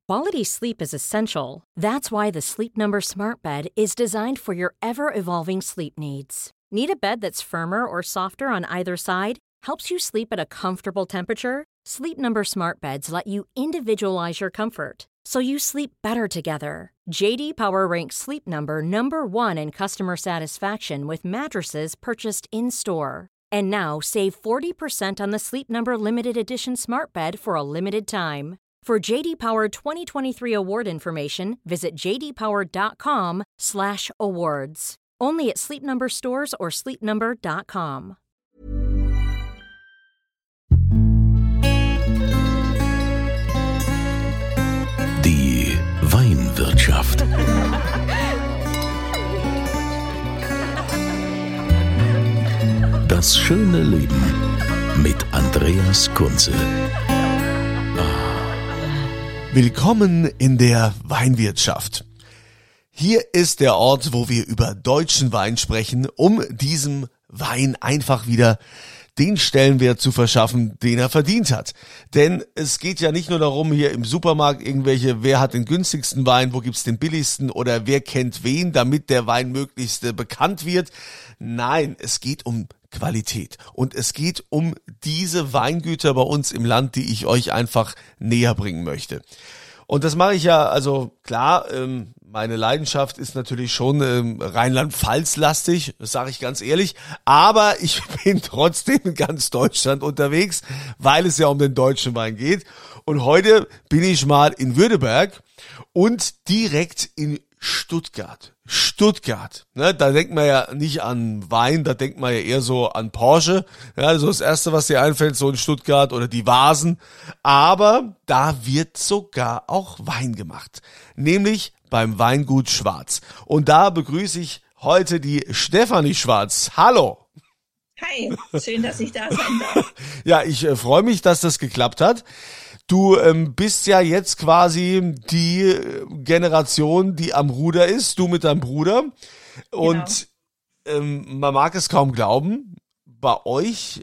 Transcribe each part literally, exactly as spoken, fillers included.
Quality sleep is essential. That's why the Sleep Number Smart Bed is designed for your ever-evolving sleep needs. Need a bed that's firmer or softer on either side? Helps you sleep at a comfortable temperature? Sleep Number Smart Beds let you individualize your comfort, so you sleep better together. J D Power ranks Sleep Number number one in customer satisfaction with mattresses purchased in-store. And now, save forty percent on the Sleep Number Limited Edition Smart Bed for a limited time. For J D Power twenty twenty-three award information, visit j d power dot com slash awards. Only at Sleep Number stores or sleep number dot com. Die Weinwirtschaft. Das schöne Leben mit Andreas Kunze. Willkommen in der Weinwirtschaft. Hier ist der Ort, wo wir über deutschen Wein sprechen, um diesem Wein einfach wieder den Stellenwert zu verschaffen, den er verdient hat. Denn es geht ja nicht nur darum, hier im Supermarkt irgendwelche, wer hat den günstigsten Wein, wo gibt's den billigsten oder wer kennt wen, damit der Wein möglichst bekannt wird. Nein, es geht um Qualität. Und es geht um diese Weingüter bei uns im Land, die ich euch einfach näher bringen möchte. Und das mache ich ja, also klar, ähm, meine Leidenschaft ist natürlich schon ähm, Rheinland-Pfalz-lastig, das sage ich ganz ehrlich, aber ich bin trotzdem in ganz Deutschland unterwegs, weil es ja um den deutschen Wein geht. Und heute bin ich mal in Württemberg und direkt in Stuttgart. Stuttgart, ne, da denkt man ja nicht an Wein, da denkt man ja eher so an Porsche. Ja, so das Erste, was dir einfällt, so in Stuttgart oder die Vasen. Aber da wird sogar auch Wein gemacht, nämlich beim Weingut Schwarz. Und da begrüße ich heute die Stefanie Schwarz. Hallo. Hi, schön, dass ich da sein darf. Ja, ich äh, freue mich, dass das geklappt hat. Du ähm, bist ja jetzt quasi die Generation, die am Ruder ist, du mit deinem Bruder. Und genau. ähm, man mag es kaum glauben, bei euch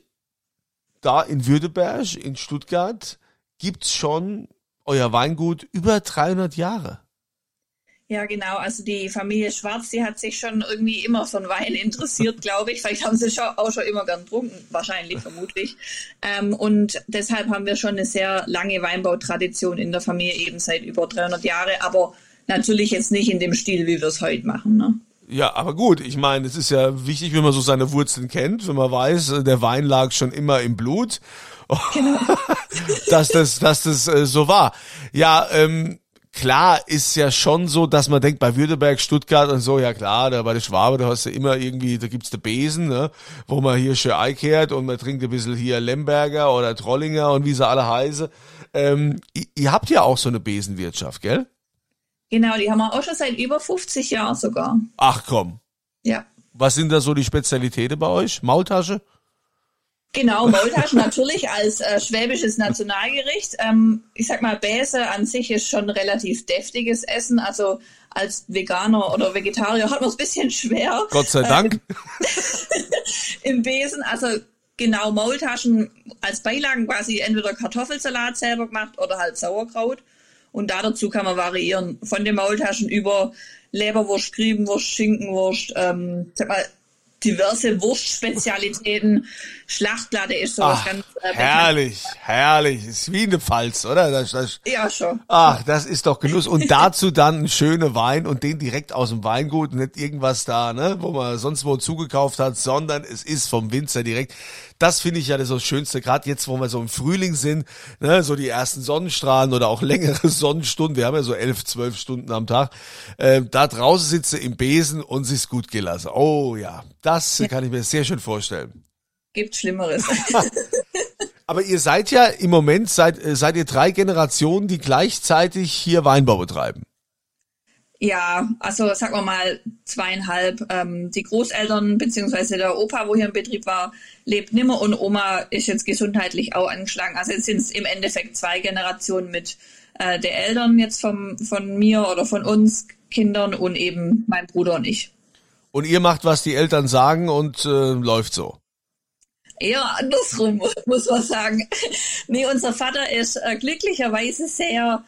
da in Württemberg, in Stuttgart, gibt's schon euer Weingut über dreihundert Jahre. Ja, genau. Also die Familie Schwarz, die hat sich schon irgendwie immer von Wein interessiert, glaube ich. Vielleicht haben sie schon, auch schon immer gern getrunken, wahrscheinlich, vermutlich. Ähm, und deshalb haben wir schon eine sehr lange Weinbautradition in der Familie, eben seit über dreihundert Jahren. Aber natürlich jetzt nicht in dem Stil, wie wir es heute machen, ne? Ja, aber gut, ich meine, es ist ja wichtig, wenn man so seine Wurzeln kennt, wenn man weiß, der Wein lag schon immer im Blut, genau. dass das, dass das äh, so war. Ja, ähm, klar ist ja schon so, dass man denkt, bei Württemberg, Stuttgart und so, ja klar, da bei der Schwabe, da hast du immer irgendwie, da gibt's den Besen, ne, wo man hier schön einkehrt und man trinkt ein bisschen hier Lemberger oder Trollinger und wie sie alle heißen. Ähm, ihr, ihr habt ja auch so eine Besenwirtschaft, gell? Genau, die haben wir auch schon seit über fünfzig Jahren sogar. Ach komm. Ja. Was sind da so die Spezialitäten bei euch? Maultasche? Genau, Maultaschen natürlich als äh, schwäbisches Nationalgericht. Ähm, ich sag mal, Bäse an sich ist schon relativ deftiges Essen. Also als Veganer oder Vegetarier hat man es ein bisschen schwer. Gott sei Dank. Äh, Im Besen, also genau, Maultaschen als Beilagen quasi entweder Kartoffelsalat selber gemacht oder halt Sauerkraut. Und da dazu kann man variieren von den Maultaschen über Leberwurst, Griebenwurst, Schinkenwurst, ähm, sag mal, diverse Wurstspezialitäten. Schlachtplatte ist sowas Ach, ganz äh, herrlich, herrlich. Ist wie eine Pfalz, oder? Das, das, ja, schon. Ach, das ist doch Genuss. Und dazu dann ein schöner Wein und den direkt aus dem Weingut, nicht irgendwas da, ne, wo man sonst wo zugekauft hat, sondern es ist vom Winzer direkt. Das finde ich ja das, das Schönste, gerade jetzt, wo wir so im Frühling sind, ne, so die ersten Sonnenstrahlen oder auch längere Sonnenstunden, wir haben ja so elf, zwölf Stunden am Tag, äh, da draußen sitze im Besen und sich's gut gelassen. Oh ja, das ja. kann ich mir sehr schön vorstellen. Gibt Schlimmeres. Aber ihr seid ja im Moment, seid, seid ihr drei Generationen, die gleichzeitig hier Weinbau betreiben. Ja, also sagen wir mal zweieinhalb. Ähm, die Großeltern beziehungsweise der Opa, wo hier im Betrieb war, lebt nimmer und Oma ist jetzt gesundheitlich auch angeschlagen. Also jetzt sind es im Endeffekt zwei Generationen mit äh, der Eltern jetzt vom, von mir oder von uns Kindern und eben mein Bruder und ich. Und ihr macht, was die Eltern sagen und äh, läuft so? Eher andersrum, muss man sagen. Nee, unser Vater ist äh, glücklicherweise sehr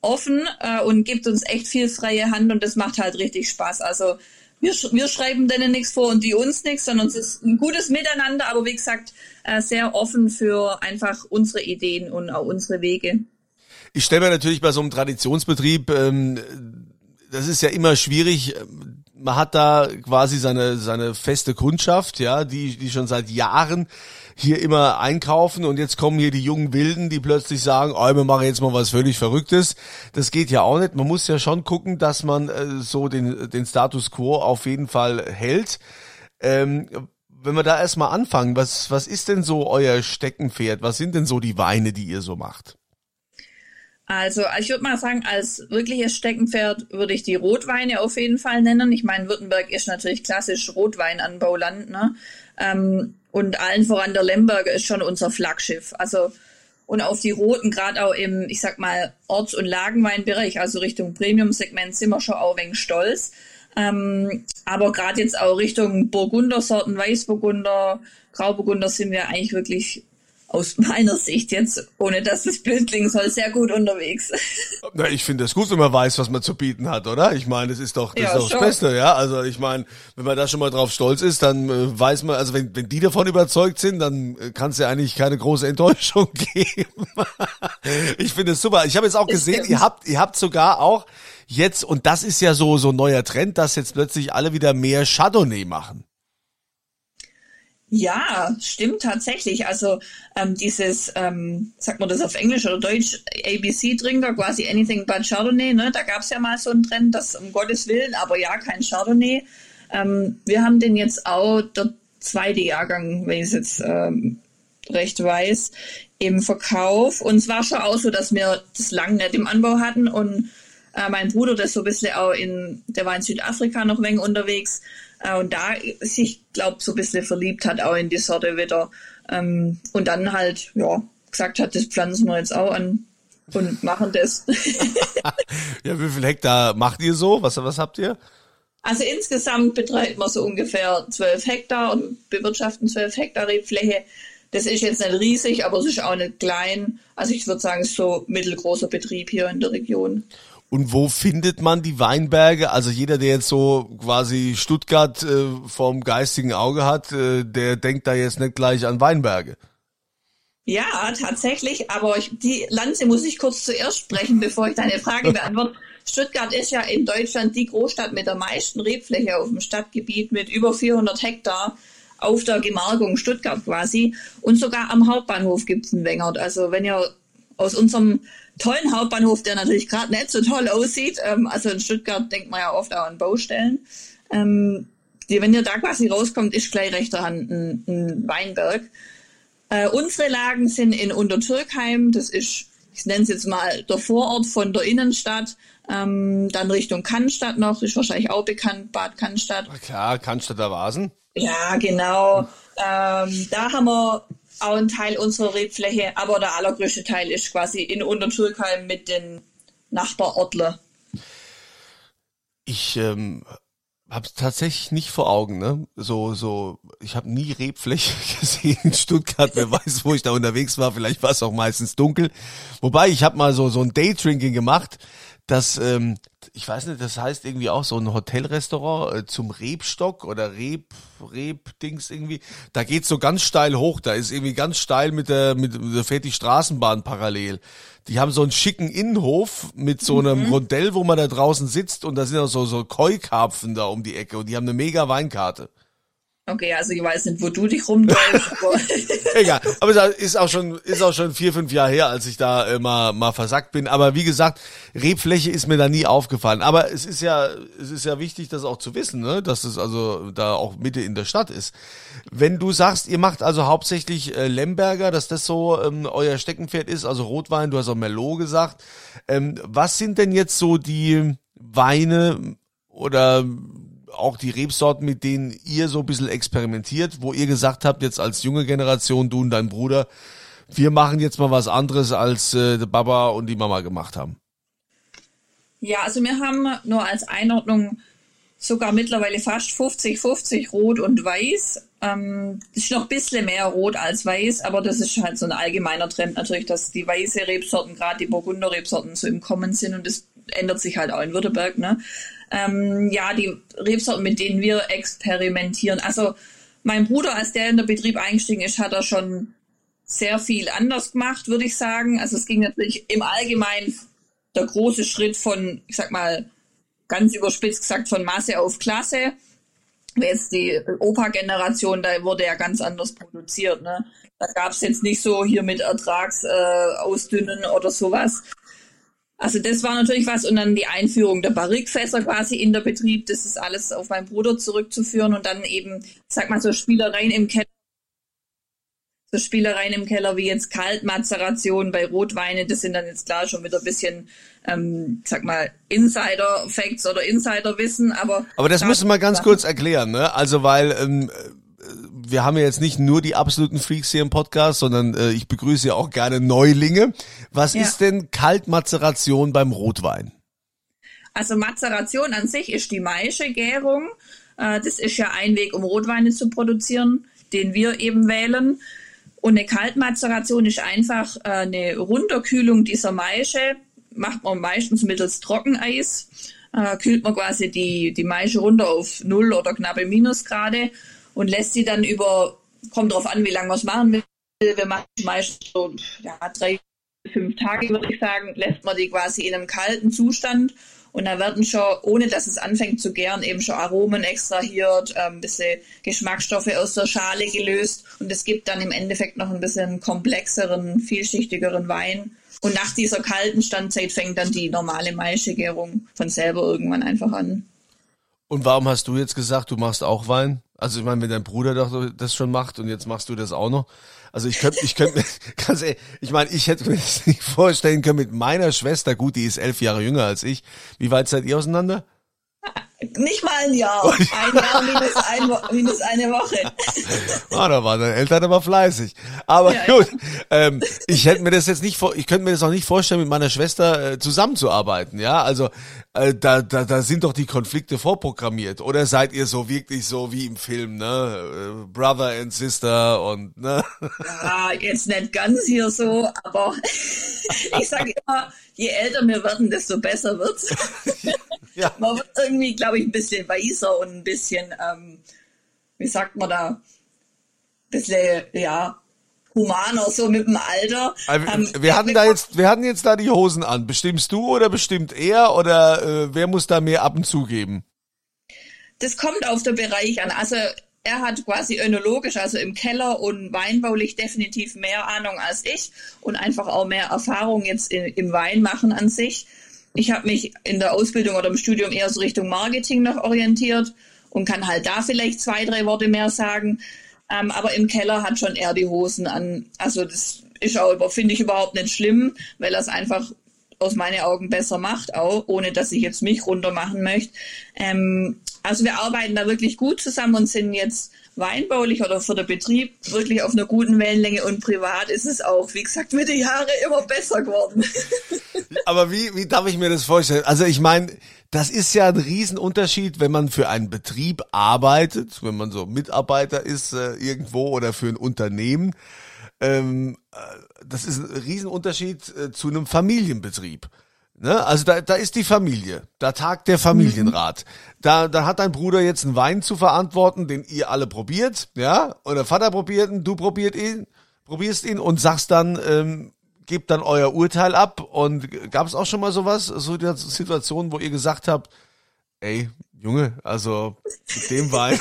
offen äh, und gibt uns echt viel freie Hand und das macht halt richtig Spaß. Also wir, wir schreiben denen nichts vor und die uns nichts, sondern es ist ein gutes Miteinander, aber wie gesagt, äh, sehr offen für einfach unsere Ideen und auch unsere Wege. Ich stelle mir natürlich bei so einem Traditionsbetrieb, ähm, das ist ja immer schwierig, man hat da quasi seine seine feste Kundschaft, ja, die die schon seit Jahren hier immer einkaufen und jetzt kommen hier die jungen Wilden, die plötzlich sagen, oh, wir machen jetzt mal was völlig Verrücktes. Das geht ja auch nicht. Man muss ja schon gucken, dass man äh, so den den Status quo auf jeden Fall hält. Ähm, wenn wir da erstmal anfangen, was was ist denn so euer Steckenpferd? Was sind denn so die Weine, die ihr so macht? Also ich würde mal sagen, als wirkliches Steckenpferd würde ich die Rotweine auf jeden Fall nennen. Ich meine, Württemberg ist natürlich klassisch Rotweinanbauland, ne? Ähm, und allen voran der Lemberger ist schon unser Flaggschiff. Also und auf die Roten, gerade auch im, ich sag mal, Orts- und Lagenweinbereich, also Richtung Premium-Segment, sind wir schon auch ein wenig stolz. Ähm, aber gerade jetzt auch Richtung Burgundersorten, Weißburgunder, Grauburgunder sind wir eigentlich wirklich aus meiner Sicht jetzt, ohne dass es blöd klingen soll, sehr gut unterwegs. Na, ich finde das gut, wenn man weiß, was man zu bieten hat, oder? Ich meine, das ist doch das, ja, ist doch das Beste, ja? Also ich meine, wenn man da schon mal drauf stolz ist, dann äh, weiß man, also wenn, wenn die davon überzeugt sind, dann äh, kann es ja eigentlich keine große Enttäuschung geben. Ich finde es super. Ich habe jetzt auch gesehen, ihr habt ihr habt sogar auch jetzt, und das ist ja so so ein neuer Trend, dass jetzt plötzlich alle wieder mehr Chardonnay machen. Ja, stimmt tatsächlich. Also ähm, dieses, ähm, sagt man das auf Englisch oder Deutsch, A B C-Trinker, quasi Anything but Chardonnay, ne? Da gab es ja mal so einen Trend, das um Gottes Willen, aber ja, kein Chardonnay. Ähm, wir haben den jetzt auch, der zweite Jahrgang, wenn ich es jetzt ähm, recht weiß, im Verkauf. Und es war schon auch so, dass wir das lange nicht im Anbau hatten und äh, mein Bruder, das so ein bisschen auch in, der war in Südafrika noch ein wenig unterwegs, und da sich, glaube so ein bisschen verliebt hat, auch in die Sorte wieder. Ähm, und dann halt, ja, gesagt hat, das pflanzen wir jetzt auch an und machen das. Ja, wie viel Hektar macht ihr so? Was, was habt ihr? Also insgesamt betreibt man so ungefähr zwölf Hektar und bewirtschaften zwölf Hektar Rebfläche. Das ist jetzt nicht riesig, aber es ist auch nicht klein. Also ich würde sagen, es ist so mittelgroßer Betrieb hier in der Region. Und wo findet man die Weinberge? Also jeder, der jetzt so quasi Stuttgart äh, vorm geistigen Auge hat, äh, der denkt da jetzt nicht gleich an Weinberge. Ja, tatsächlich. Aber ich, die Lanze muss ich kurz zuerst sprechen, bevor ich deine Frage beantworte. Stuttgart ist ja in Deutschland die Großstadt mit der meisten Rebfläche auf dem Stadtgebiet mit über vierhundert Hektar auf der Gemarkung Stuttgart quasi. Und sogar am Hauptbahnhof gibt's einen Wengert. Also wenn ihr aus unserem tollen Hauptbahnhof, der natürlich gerade nicht so toll aussieht. Ähm, also in Stuttgart denkt man ja oft auch an Baustellen. Ähm, die, wenn ihr da quasi rauskommt, ist gleich rechter Hand ein, ein Weinberg. Äh, unsere Lagen sind in Untertürkheim. Das ist, ich nenne es jetzt mal, der Vorort von der Innenstadt. Ähm, dann Richtung Cannstatt noch, ist wahrscheinlich auch bekannt, Bad Cannstatt. Na klar, Cannstatter Vasen. Ja, genau. Ähm, da haben wir auch ein Teil unserer Rebfläche, aber der allergrößte Teil ist quasi in Untertürkheim mit den Nachbarortler. Ich ähm, habe es tatsächlich nicht vor Augen, ne? So, so, ich habe nie Rebfläche gesehen in Stuttgart. Wer weiß, wo ich da unterwegs war. Vielleicht war es auch meistens dunkel. Wobei, ich habe mal so so ein Daydrinking gemacht. Das, ähm, ich weiß nicht, das heißt irgendwie auch so ein Hotelrestaurant äh, zum Rebstock oder Reb, Reb-Dings irgendwie. Da geht's so ganz steil hoch. Da ist irgendwie ganz steil mit der, mit, da fährt die Straßenbahn parallel. Die haben so einen schicken Innenhof mit so einem mhm. Rondell, wo man da draußen sitzt und da sind auch so, so Koi-Karpfen da um die Ecke und die haben eine mega Weinkarte. Okay, also ich weiß nicht, wo du dich rumläufst, aber egal. Aber es ist auch schon, ist auch schon vier, fünf Jahre her, als ich da äh, mal, mal versackt bin. Aber wie gesagt, Rebfläche ist mir da nie aufgefallen. Aber es ist ja, es ist ja wichtig, das auch zu wissen, ne, dass es also da auch Mitte in der Stadt ist. Wenn du sagst, ihr macht also hauptsächlich äh, Lemberger, dass das so ähm, euer Steckenpferd ist, also Rotwein, du hast auch Merlot gesagt. Ähm, was sind denn jetzt so die Weine oder auch die Rebsorten, mit denen ihr so ein bisschen experimentiert, wo ihr gesagt habt, jetzt als junge Generation, du und dein Bruder, wir machen jetzt mal was anderes, als äh, der Papa und die Mama gemacht haben? Ja, also wir haben nur als Einordnung sogar mittlerweile fast fünfzig fünfzig Rot und Weiß. Ähm, ist noch ein bisschen mehr rot als weiß, aber das ist halt so ein allgemeiner Trend natürlich, dass die weiße Rebsorten, gerade die Burgunder-Rebsorten, so im Kommen sind und das ändert sich halt auch in Württemberg, ne? Ähm, ja, die Rebsorten, mit denen wir experimentieren. Also mein Bruder, als der in den Betrieb eingestiegen ist, hat er schon sehr viel anders gemacht, würde ich sagen. Also es ging natürlich im Allgemeinen der große Schritt von, ich sag mal, ganz überspitzt gesagt, von Masse auf Klasse. Jetzt die Opa-Generation, da wurde ja ganz anders produziert, ne? Da gab es jetzt nicht so hier mit Ertrags äh, ausdünnen oder sowas. Also das war natürlich was. Und dann die Einführung der Barrikfässer quasi in der Betrieb, das ist alles auf meinen Bruder zurückzuführen. Und dann eben, sag mal, so Spielereien im Keller, so Spielereien im Keller wie jetzt Kaltmazeration bei Rotweine, das sind dann jetzt klar schon wieder ein bisschen, ähm, sag mal, Insider-Facts oder Insider-Wissen. Aber, aber das müssen wir ganz kurz erklären, ne? Also weil ähm, wir haben ja jetzt nicht nur die absoluten Freaks hier im Podcast, sondern äh, ich begrüße ja auch gerne Neulinge. Was ja. ist denn Kaltmazeration beim Rotwein? Also Mazeration an sich ist die Maischegärung. Äh, das ist ja ein Weg, um Rotweine zu produzieren, den wir eben wählen. Und eine Kaltmazeration ist einfach äh, eine Runterkühlung dieser Maische. Macht man meistens mittels Trockeneis. Äh, kühlt man quasi die, die Maische runter auf null oder knappe Minusgrade und lässt sie dann über, kommt drauf an, wie lange man es machen will. Wir machen meist so ja, drei, fünf Tage, würde ich sagen, lässt man die quasi in einem kalten Zustand. Und da werden schon, ohne dass es anfängt zu gären, eben schon Aromen extrahiert, ein bisschen Geschmacksstoffe aus der Schale gelöst. Und es gibt dann im Endeffekt noch ein bisschen komplexeren, vielschichtigeren Wein. Und nach dieser kalten Standzeit fängt dann die normale Maischegärung von selber irgendwann einfach an. Und warum hast du jetzt gesagt, du machst auch Wein? Also ich meine, wenn dein Bruder doch das schon macht und jetzt machst du das auch noch. Also ich könnte, ich könnte mir, ganz ehrlich, ich meine, ich hätte mir das nicht vorstellen können mit meiner Schwester, gut, die ist elf Jahre jünger als ich. Wie weit seid ihr auseinander? Nicht mal ein Jahr. Ein Jahr minus, ein, minus eine Woche. Ah, da waren deine Eltern aber fleißig. Aber ja, gut, ja. Ähm, ich hätte mir das jetzt nicht vor, ich könnte mir das auch nicht vorstellen, mit meiner Schwester äh, zusammenzuarbeiten, ja. Also äh, da, da, da sind doch die Konflikte vorprogrammiert. Oder seid ihr so wirklich so wie im Film, ne? Brother and Sister und ne? Ja, jetzt nicht ganz hier so, aber ich sage immer, je älter wir werden, desto besser wird's. Ja. Man wird irgendwie, glaube ich, ein bisschen weißer und ein bisschen, ähm, wie sagt man da, ein bisschen, ja, humaner, so mit dem Alter. Also, ähm, wir hatten da jetzt, wir hatten jetzt da die Hosen an. Bestimmst du oder bestimmt er oder äh, wer muss da mehr ab und zu geben? Das kommt auf den Bereich an. Also er hat quasi önologisch, also im Keller und weinbaulich definitiv mehr Ahnung als ich und einfach auch mehr Erfahrung jetzt in, im Weinmachen an sich. Ich habe mich in der Ausbildung oder im Studium eher so Richtung Marketing noch orientiert und kann halt da vielleicht zwei, drei Worte mehr sagen. Ähm, aber im Keller hat schon er die Hosen an. Also das ist auch, finde ich, überhaupt nicht schlimm, weil er es einfach aus meinen Augen besser macht, auch ohne dass ich jetzt mich runter machen möchte. Ähm, also wir arbeiten da wirklich gut zusammen und sind jetzt weinbaulich oder für den Betrieb wirklich auf einer guten Wellenlänge und privat ist es auch, wie gesagt, mit den Jahren immer besser geworden. Aber wie, wie darf ich mir das vorstellen? Also ich meine, das ist ja ein Riesenunterschied, wenn man für einen Betrieb arbeitet, wenn man so Mitarbeiter ist äh, irgendwo oder für ein Unternehmen. Ähm, äh, das ist ein Riesenunterschied äh, zu einem Familienbetrieb. Ne? Also da, da ist die Familie, da tagt der Familienrat. Da, da hat dein Bruder jetzt einen Wein zu verantworten, den ihr alle probiert, ja? Und der Vater probiert ihn, du probiert ihn, probierst ihn und sagst dann, ähm, gebt dann euer Urteil ab. Und gab es auch schon mal sowas, so die Situation, wo ihr gesagt habt, ey, Junge, also mit dem Wein,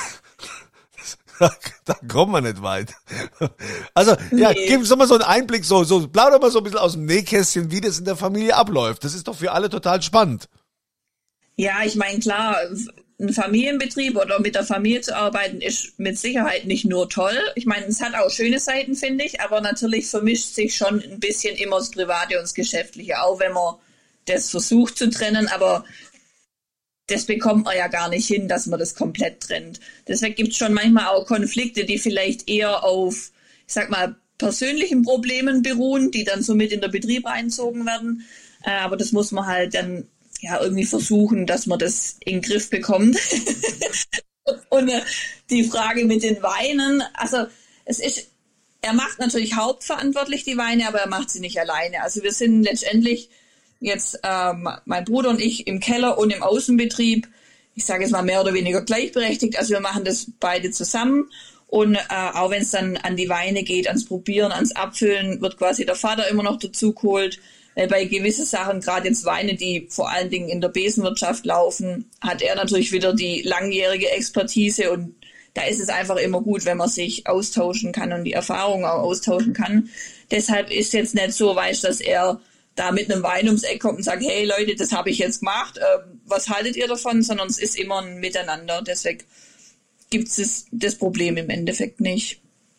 da, da kommen wir nicht weit. Also, ja, nee. Gib uns doch mal so einen Einblick, so, so, plauder mal so ein bisschen aus dem Nähkästchen, wie das in der Familie abläuft. Das ist doch für alle total spannend. Ja, ich meine, klar, ein Familienbetrieb oder mit der Familie zu arbeiten ist mit Sicherheit nicht nur toll. Ich meine, es hat auch schöne Seiten, finde ich, aber natürlich vermischt sich schon ein bisschen immer das Private und das Geschäftliche, auch wenn man das versucht zu trennen, aber das bekommt man ja gar nicht hin, dass man das komplett trennt. Deswegen gibt es schon manchmal auch Konflikte, die vielleicht eher auf, ich sag mal, persönlichen Problemen beruhen, die dann so mit in den Betrieb einzogen werden. Äh, aber das muss man halt dann ja irgendwie versuchen, dass man das in den Griff bekommt. Und äh, die Frage mit den Weinen, also es ist, er macht natürlich hauptverantwortlich die Weine, aber er macht sie nicht alleine. Also wir sind letztendlich jetzt, ähm, mein Bruder und ich im Keller und im Außenbetrieb, ich sage jetzt mal mehr oder weniger gleichberechtigt, also wir machen das beide zusammen. Und äh, auch wenn es dann an die Weine geht, ans Probieren, ans Abfüllen, wird quasi der Vater immer noch dazu geholt. Weil bei gewissen Sachen, gerade jetzt Weine, die vor allen Dingen in der Besenwirtschaft laufen, hat er natürlich wieder die langjährige Expertise. Und da ist es einfach immer gut, wenn man sich austauschen kann und die Erfahrungen auch austauschen kann. Deshalb ist jetzt nicht so, weißt, dass er da mit einem Wein ums Eck kommt und sagt, hey Leute, das habe ich jetzt gemacht, äh, was haltet ihr davon? Sondern es ist immer ein Miteinander. Deswegen gibt es das Problem im Endeffekt nicht.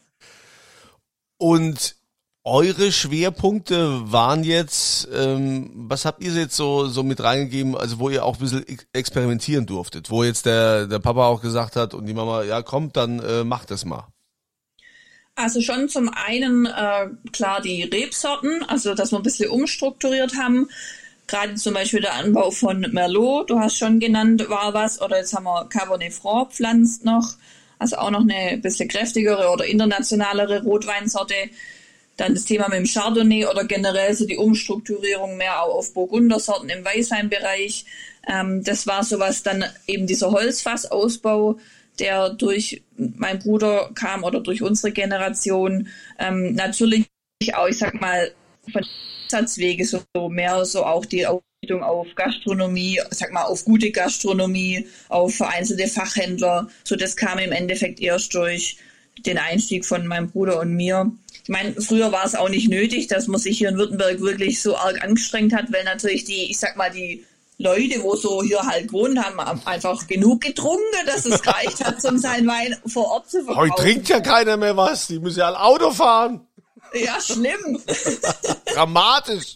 Und eure Schwerpunkte waren jetzt, ähm, was habt ihr jetzt so so mit reingegeben, also wo ihr auch ein bisschen experimentieren durftet, wo jetzt der der Papa auch gesagt hat und die Mama, ja kommt, dann äh, macht das mal. Also schon zum einen äh, klar die Rebsorten, also dass wir ein bisschen umstrukturiert haben. Gerade zum Beispiel der Anbau von Merlot, du hast schon genannt, war was. Oder jetzt haben wir Cabernet Franc pflanzt noch. Also auch noch eine bisschen kräftigere oder internationalere Rotweinsorte. Dann das Thema mit dem Chardonnay oder generell so die Umstrukturierung mehr auch auf Burgundersorten im Weißweinbereich. Ähm, das war sowas, dann eben dieser Holzfassausbau, der durch meinen Bruder kam oder durch unsere Generation. Ähm, natürlich auch, ich sag mal, von Satzwege so mehr so auch die Ausrichtung auf Gastronomie, sag mal auf gute Gastronomie, auf vereinzelte Fachhändler. So das kam im Endeffekt erst durch den Einstieg von meinem Bruder und mir. Ich meine, früher war es auch nicht nötig, dass man sich hier in Württemberg wirklich so arg angestrengt hat, weil natürlich die, ich sag mal, die Leute, wo so hier halt gewohnt haben, haben einfach genug getrunken, dass es gereicht hat, um seinen Wein vor Ort zu verkaufen. Heute trinkt ja keiner mehr was, die müssen ja ein Auto fahren. Ja, schlimm. Dramatisch.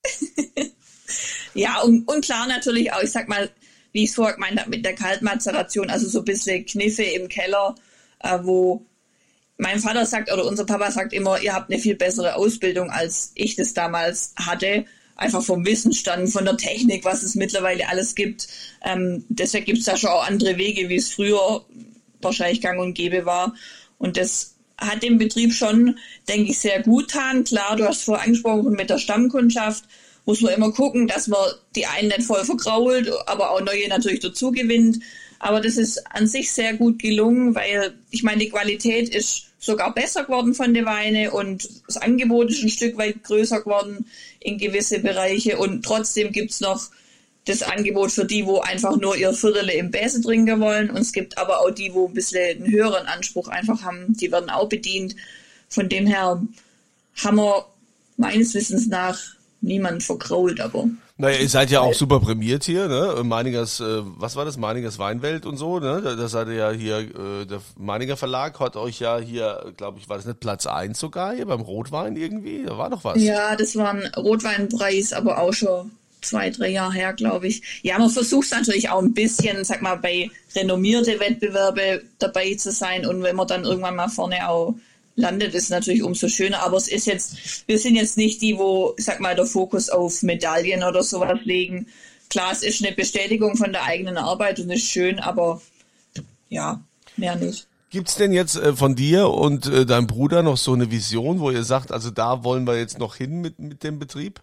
Ja, und, und klar natürlich auch, ich sag mal, wie ich es vorher gemeint habe, mit der Kaltmazeration, also so ein bisschen Kniffe im Keller, äh, wo mein Vater sagt oder unser Papa sagt immer, ihr habt eine viel bessere Ausbildung, als ich das damals hatte. Einfach vom Wissensstand, von der Technik, was es mittlerweile alles gibt. Ähm, deshalb gibt es da schon auch andere Wege, wie es früher wahrscheinlich gang und gäbe war. Und das hat dem Betrieb schon, denke ich, sehr gut getan. Klar, du hast vorher angesprochen, mit der Stammkundschaft muss man immer gucken, dass man die einen nicht voll vergrault, aber auch neue natürlich dazu gewinnt. Aber das ist an sich sehr gut gelungen, weil ich meine, die Qualität ist sogar besser geworden von den Weinen und das Angebot ist ein Stück weit größer geworden in gewisse Bereiche und trotzdem gibt's noch das Angebot für die, wo einfach nur ihr Viertel im Bäse trinken wollen und es gibt aber auch die, wo ein bisschen einen höheren Anspruch einfach haben, die werden auch bedient. Von dem her haben wir meines Wissens nach niemand vergrault, aber... Naja, ihr seid ja auch super prämiert hier, ne? Meiningers, äh, was war das? Meiningers Weinwelt und so, ne? Da, da seid ihr ja hier, äh, der Meininger Verlag hat euch ja hier, glaube ich, war das nicht Platz eins sogar hier beim Rotwein irgendwie? Da war doch was. Ja, das war ein Rotweinpreis, aber auch schon zwei, drei Jahre her, glaube ich. Ja, man versucht natürlich auch ein bisschen, sag mal, bei renommierte Wettbewerbe dabei zu sein und wenn man dann irgendwann mal vorne auch landet, ist natürlich umso schöner, aber es ist jetzt, wir sind jetzt nicht die, wo, sag mal, der Fokus auf Medaillen oder sowas legen. Klar, es ist eine Bestätigung von der eigenen Arbeit und ist schön, aber ja, mehr nicht. Gibt's denn jetzt äh, von dir und äh, deinem Bruder noch so eine Vision, wo ihr sagt, also da wollen wir jetzt noch hin mit, mit dem Betrieb?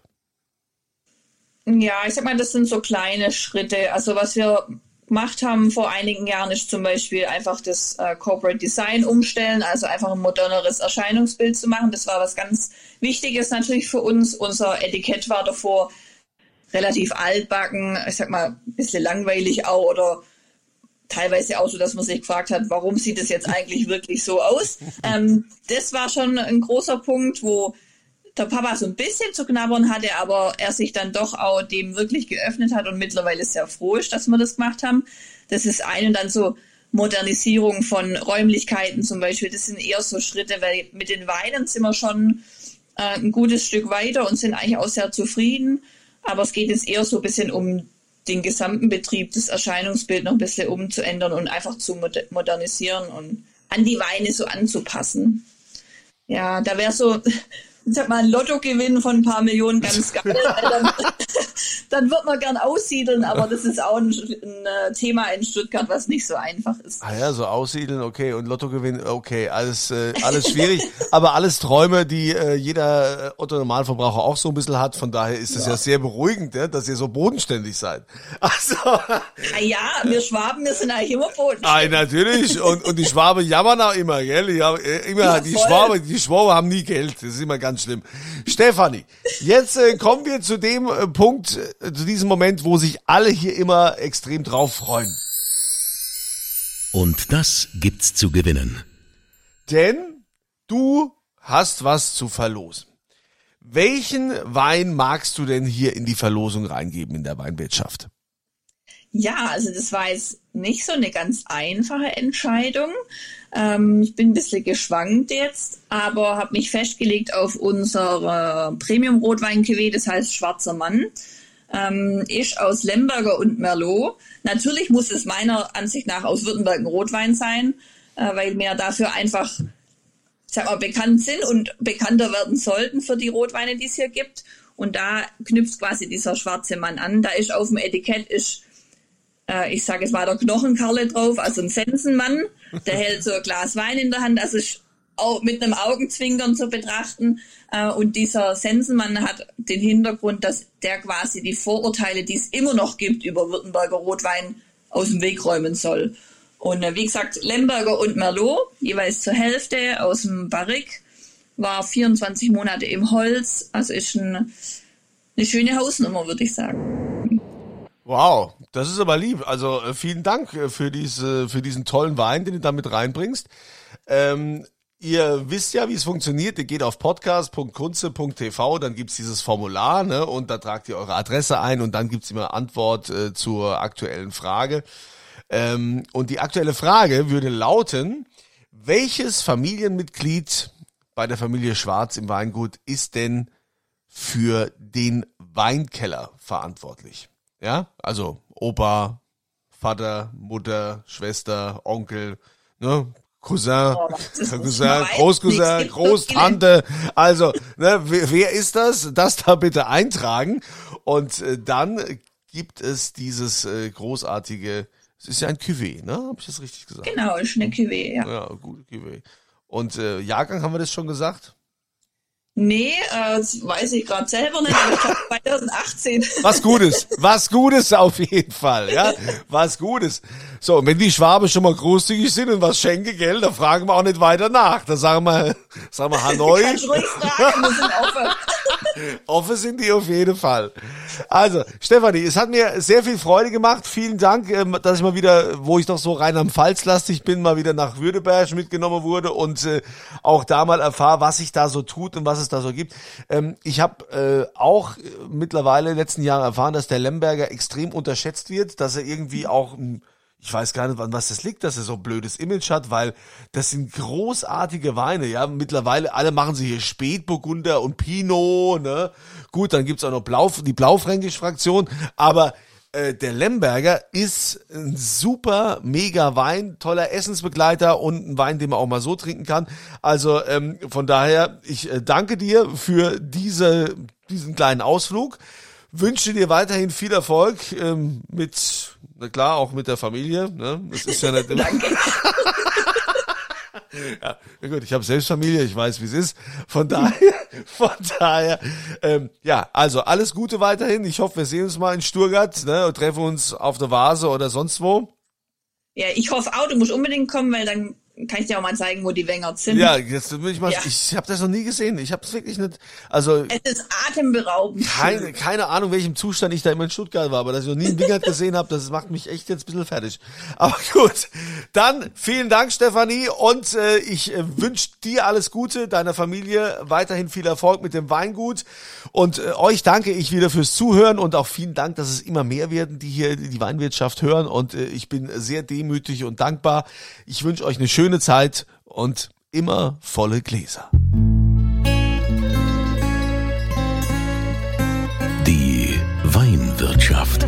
Ja, ich sag mal, das sind so kleine Schritte. Also was wir gemacht haben vor einigen Jahren ist zum Beispiel einfach das äh, Corporate Design umstellen, also einfach ein moderneres Erscheinungsbild zu machen. Das war was ganz Wichtiges natürlich für uns. Unser Etikett war davor relativ altbacken, ich sag mal, ein bisschen langweilig auch oder teilweise auch so, dass man sich gefragt hat, warum sieht es jetzt eigentlich wirklich so aus? Ähm, das war schon ein großer Punkt, wo der Papa so ein bisschen zu knabbern hatte, aber er sich dann doch auch dem wirklich geöffnet hat und mittlerweile sehr froh ist, dass wir das gemacht haben. Das ist ein und dann so Modernisierung von Räumlichkeiten zum Beispiel. Das sind eher so Schritte, weil mit den Weinen sind wir schon äh, ein gutes Stück weiter und sind eigentlich auch sehr zufrieden. Aber es geht jetzt eher so ein bisschen um den gesamten Betrieb, das Erscheinungsbild noch ein bisschen umzuändern und einfach zu modernisieren und an die Weine so anzupassen. Ja, da wäre so... Ich sag mal, ein Lottogewinn von ein paar Millionen ganz geil. Dann, dann wird man gern aussiedeln, aber das ist auch ein, ein Thema in Stuttgart, was nicht so einfach ist. Ah ja, so aussiedeln, okay, und Lottogewinn, okay, alles äh, alles schwierig, aber alles Träume, die äh, jeder Otto-Normalverbraucher auch so ein bisschen hat, von daher ist es ja. ja sehr beruhigend, ja, dass ihr so bodenständig seid. Also, ah ja, wir Schwaben, wir sind eigentlich immer bodenständig. Ah, natürlich, und, und die Schwaben jammern auch immer, gell, die, haben, immer, ja, die, Schwaben, die Schwaben haben nie Geld, das ist immer ganz schlimm. Stefanie, jetzt äh, kommen wir zu dem äh, Punkt, äh, zu diesem Moment, wo sich alle hier immer extrem drauf freuen. Und das gibt's zu gewinnen. Denn du hast was zu verlosen. Welchen Wein magst du denn hier in die Verlosung reingeben in der Weinwirtschaft? Ja, also das war jetzt nicht so eine ganz einfache Entscheidung. Ähm, ich bin ein bisschen geschwankt jetzt, aber habe mich festgelegt auf unser Premium-Rotwein-Cuvée, das heißt Schwarzer Mann. Ähm, ist aus Lemberger und Merlot. Natürlich muss es meiner Ansicht nach aus Württemberg ein Rotwein sein, äh, weil wir dafür einfach, sag mal, bekannt sind und bekannter werden sollten für die Rotweine, die es hier gibt. Und da knüpft quasi dieser Schwarze Mann an. Da ist auf dem Etikett ist ich sage jetzt mal der Knochenkarle drauf, also ein Sensenmann, der hält so ein Glas Wein in der Hand, also ist auch mit einem Augenzwinkern zu betrachten. Und dieser Sensenmann hat den Hintergrund, dass der quasi die Vorurteile, die es immer noch gibt über Württemberger Rotwein, aus dem Weg räumen soll. Und wie gesagt, Lemberger und Merlot, jeweils zur Hälfte aus dem Barrique, war vierundzwanzig Monate im Holz, also ist ein, eine schöne Hausnummer, würde ich sagen. Wow, das ist aber lieb. Also äh, vielen Dank für diese, für diesen tollen Wein, den du da mit reinbringst. Ähm, ihr wisst ja, wie es funktioniert. Ihr geht auf podcast punkt kunze punkt t v, dann gibt's dieses Formular, ne, und da tragt ihr eure Adresse ein und dann gibt's immer Antwort äh, zur aktuellen Frage. Ähm, und die aktuelle Frage würde lauten: Welches Familienmitglied bei der Familie Schwarz im Weingut ist denn für den Weinkeller verantwortlich? Ja, also Opa, Vater, Mutter, Schwester, Onkel, ne, Cousin, oh, Cousin, Großcousin, Großtante. Also, ne, wer, wer ist das? Das da bitte eintragen. Und äh, dann gibt es dieses äh, großartige, es ist ja ein Cuvée, ne? Habe ich das richtig gesagt? Genau, ist eine Cuvée, ja. Ja, gute Cuvée. Und äh, Jahrgang, haben wir das schon gesagt? Nee, äh, das weiß ich gerade selber nicht, aber ich glaube zwanzig achtzehn. Was Gutes, was Gutes auf jeden Fall, ja, was Gutes. So, und wenn die Schwaben schon mal großzügig sind und was schenken, gell, da fragen wir auch nicht weiter nach. Da sagen wir, sagen wir Hanoi. Kannst ruhig fragen, wir sind offen. Offen sind die auf jeden Fall. Also, Stefanie, es hat mir sehr viel Freude gemacht. Vielen Dank, dass ich mal wieder, wo ich doch so rein am Pfalz-lastig bin, mal wieder nach Württemberg mitgenommen wurde und äh, auch da mal erfahre, was sich da so tut und was es da so gibt. Ähm, ich habe äh, auch mittlerweile in den letzten Jahren erfahren, dass der Lemberger extrem unterschätzt wird, dass er irgendwie auch, ich weiß gar nicht, an was das liegt, dass er so ein blödes Image hat, weil das sind großartige Weine, ja. Mittlerweile, alle machen sie hier Spätburgunder und Pinot, ne. Gut, dann gibt's auch noch Blau, die Blaufränkische Fraktion, aber äh, der Lemberger ist ein super, mega Wein, toller Essensbegleiter und ein Wein, den man auch mal so trinken kann. Also ähm, von daher, ich äh, danke dir für diese, diesen kleinen Ausflug. Wünsche dir weiterhin viel Erfolg ähm, mit, na klar, auch mit der Familie. Ne? Das ist ja nicht immer. Ja, na gut, ich habe selbst Familie, ich weiß, wie es ist. Von daher, von daher, ähm, ja, also alles Gute weiterhin. Ich hoffe, wir sehen uns mal in Stuttgart, ne, und treffen uns auf der Vase oder sonst wo. Ja, ich hoffe auch, du musst unbedingt kommen, weil dann kann ich dir auch mal zeigen, wo die Wenger sind. Ja, jetzt will ich mal, ja. ich habe das noch nie gesehen. Ich habe es wirklich nicht, also. Es ist atemberaubend. Keine, keine Ahnung, welchem Zustand ich da immer in Stuttgart war, aber dass ich noch nie einen Wingert gesehen habe, das macht mich echt jetzt ein bisschen fertig. Aber gut, dann vielen Dank, Stefanie, und äh, ich äh, wünsche dir alles Gute, deiner Familie weiterhin viel Erfolg mit dem Weingut und äh, euch danke ich wieder fürs Zuhören und auch vielen Dank, dass es immer mehr werden, die hier die Weinwirtschaft hören und äh, ich bin sehr demütig und dankbar. Ich wünsche euch eine schöne Zeit und immer volle Gläser. Die Weinwirtschaft.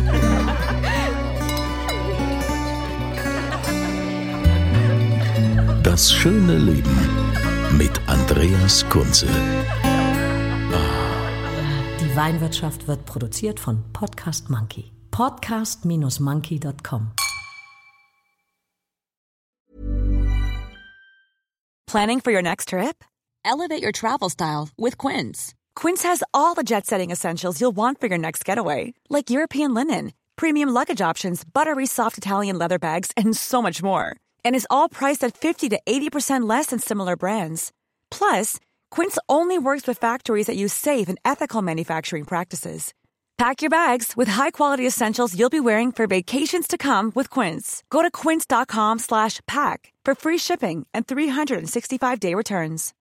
Das schöne Leben mit Andreas Kunze. Die Die Weinwirtschaft wird produziert von Podcast Monkey. podcast dash monkey dot com. Planning for your next trip? Elevate your travel style with Quince. Quince has all the jet-setting essentials you'll want for your next getaway, like European linen, premium luggage options, buttery soft Italian leather bags, and so much more. And is all priced at fifty to eighty percent less than similar brands. Plus, Quince only works with factories that use safe and ethical manufacturing practices. Pack your bags with high-quality essentials you'll be wearing for vacations to come with Quince. Go to quince dot com slash pack for free shipping and three sixty-five day returns.